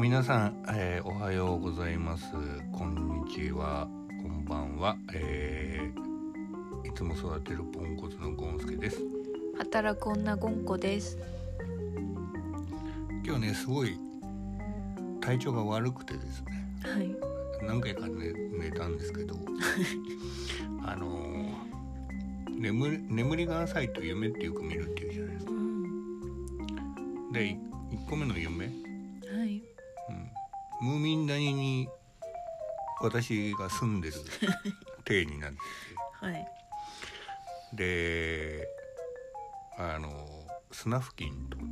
皆さん、おはようございます。こんにちは、こんばんは。いつも育てるポンコツのゴンスケです。 働く女ゴンコです。 今日ね、すごい体調が悪くてですね、 はい、 何回か、寝たんですけど眠りが浅いと夢ってよく見るっていうじゃないですか。で、1個目の夢、ムーミン谷に私が住んでる体になってて、 はい、 でスナフキンと、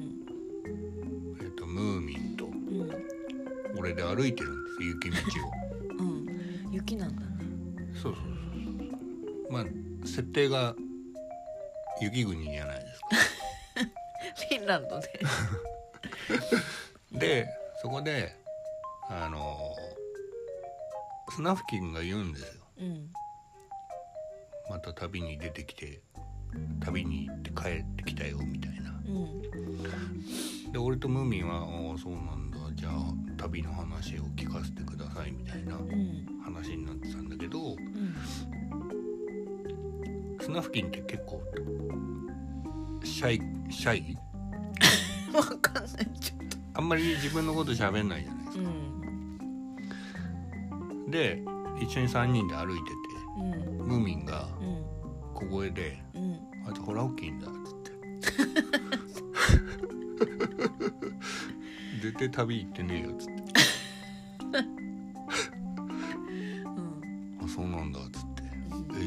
ムーミンと、俺で歩いてるんです、雪道を。 雪なんだね。 そう。まあ設定が雪国じゃないですか。 フィンランドでで、そこでスナフキンが言うんですよ。また旅に出てきて、旅に行って帰ってきたよみたいな。で、俺とムーミンはそうなんだ、じゃあ旅の話を聞かせてくださいみたいな話になってたんだけど、スナフキンって結構シャイわかんない、ちょっとあんまり自分のこと喋んないじゃないですか。で、一緒に3人で歩いてて、ムーミンが小声で、あいつホラ吹きんだっつって絶対旅行ってねえよっつってあ、そうなんだっつって、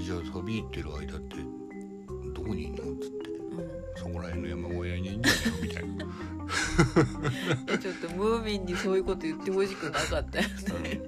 じゃあ旅行ってる間ってどこにいんのっつって、そこら辺の山小屋にいんじゃねえよみたいなちょっとムーミンにそういうこと言ってほしくなかったよね。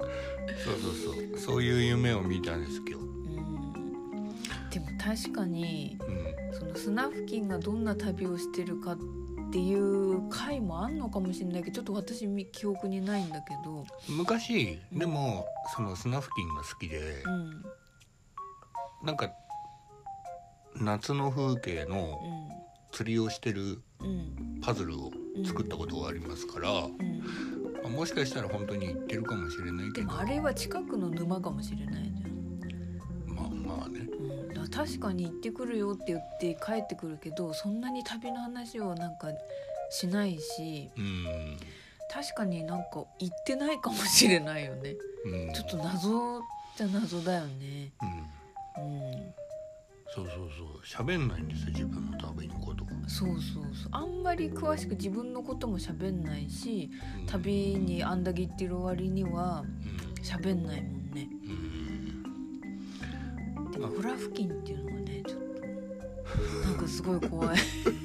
そういう夢を見たんです今日。 でも確かに、そのスナフキンがどんな旅をしてるかっていう回もあんのかもしれないけど、ちょっと私記憶にないんだけど、 昔、でもそのスナフキンが好きで、なんか夏の風景の釣りをしてるパズルを作ったことがありますから、もしかしたら本当に行ってるかもしれないけど、 でもあれは近くの沼かもしれないじゃん。 まあね、 だから確かに行ってくるよって言って帰ってくるけど、そんなに旅の話をなんかしないし、確かになんか行ってないかもしれないよね。ちょっと謎じゃ謎だよね。 そう喋んないんですよ、自分の旅のこと。 そうあんまり詳しく自分のことも喋んないし、旅にあんだけ行ってる割には喋んないもんね。でもホラ吹きんっていうのがね、ちょっとなんかすごい怖い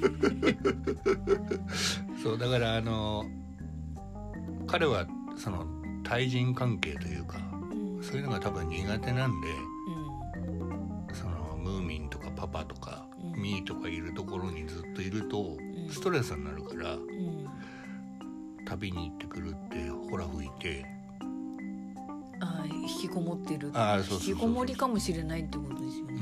そうだから、彼はその対人関係というか、そういうのが多分苦手なんで、そのムーミンとかパパとか、ミーとかいるところにずっといるとストレスになるから、旅に行ってくるってほら吹いて、 引きこもってる。 そう引きこもりかもしれないってことですよね。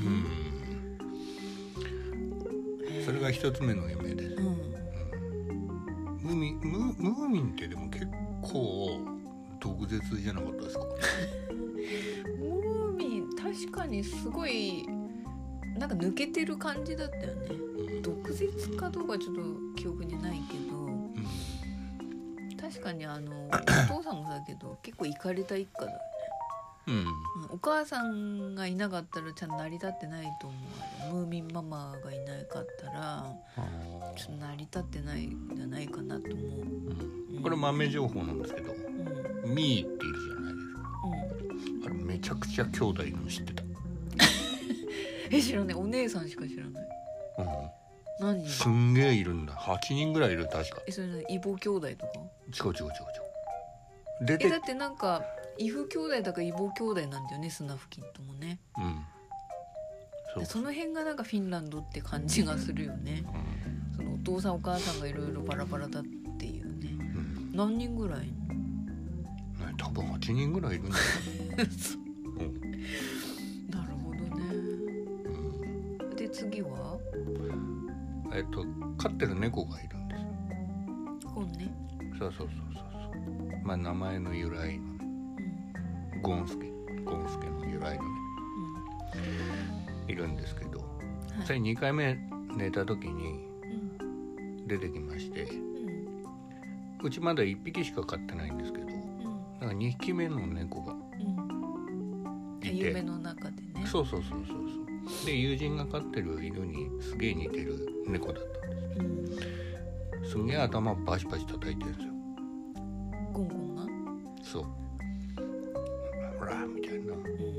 それが一つ目の夢です。ムーミンってでも結構毒舌じゃなかったですか？ ムーミン確かにすごいなんか抜けてる感じだったよね。毒舌かどうかちょっと記憶にないけど、確かにお父さんもだけど結構イカれた一家だよね。お母さんがいなかったらちゃんと成り立ってないと思う。ムーミンママがいなかったらちょっと成り立ってないんじゃないかなと思う。 これ豆情報なんですけど、ミーっているじゃないですか。あれめちゃくちゃ兄弟いるの知ってた？ 知らない。お姉さんしか知らない。何人？ すんげえいるんだ。8人ぐらいいる、確か。 それ異母兄弟とか？ 違う。 だってなんか異父兄弟だか異母兄弟なんだよね、スナフキンともね。その辺がなんかフィンランドって感じがするよね。そのお父さんお母さんがいろいろバラバラだっていうね。何人ぐらい？ 多分8人ぐらいいるんだよなるほどね。で次は飼ってる猫がいるんです。 本ね。 そうまあ名前の由来のゴンスケの由来のね、いるんですけど、それ2回目寝た時に出てきまして、うちまだ1匹しか飼ってないんですけど、なんか2匹目の猫がいて、 夢の中でね。 そうで友人が飼ってる犬にすげえ似てる猫だったんです。すげえ頭バシバシ叩いてるんですよ、 ゴンゴンが。 そうほらみたいな、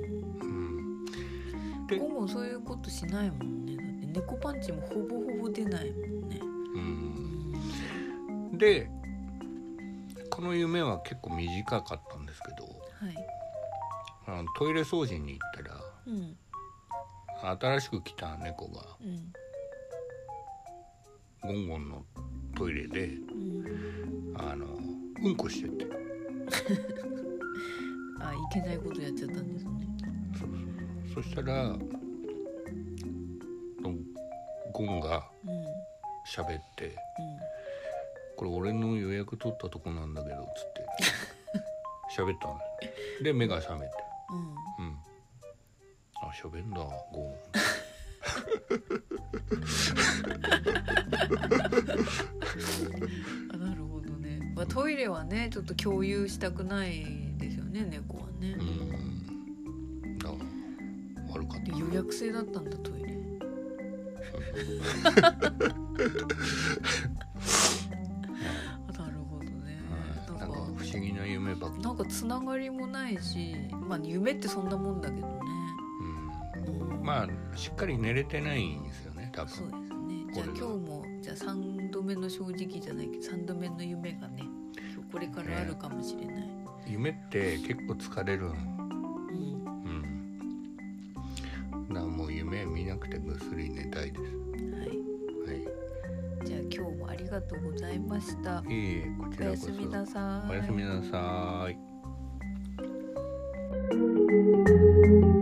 でゴンゴンそういうことしないもんね。だって猫パンチもほぼほぼ出ないもんね。 でこの夢は結構短かったんですけど、トイレ掃除に行ったら、新しく来た猫が、ゴンゴンのトイレで、うんこしててあ、いけないことやっちゃったんですね。 そしたらゴンが喋って、これ俺の予約取ったとこなんだけどつって喋ったので、目が覚めて、あ、喋んだゴンあ、なるほどね。まあ、トイレはねちょっと共有したくないですよね、猫はね。 だから悪かった。 予約制だったんだトイレ。なるほどね。 なんか不思議な夢ばっか。 なんかつながりもないし、まあ夢ってそんなもんだけどね。 まあしっかり寝れてないんですよね、多分。 そうですね。じゃあ今日もじゃあ3度目の正直じゃないけど3度目の夢がね、これからあるかもしれない。 夢って結構疲れる。だからもう夢見なくてぐっすり寝たいです。 じゃあ今日もありがとうございました。 こちらこそ。 おやすみなさい。 おやすみなさい。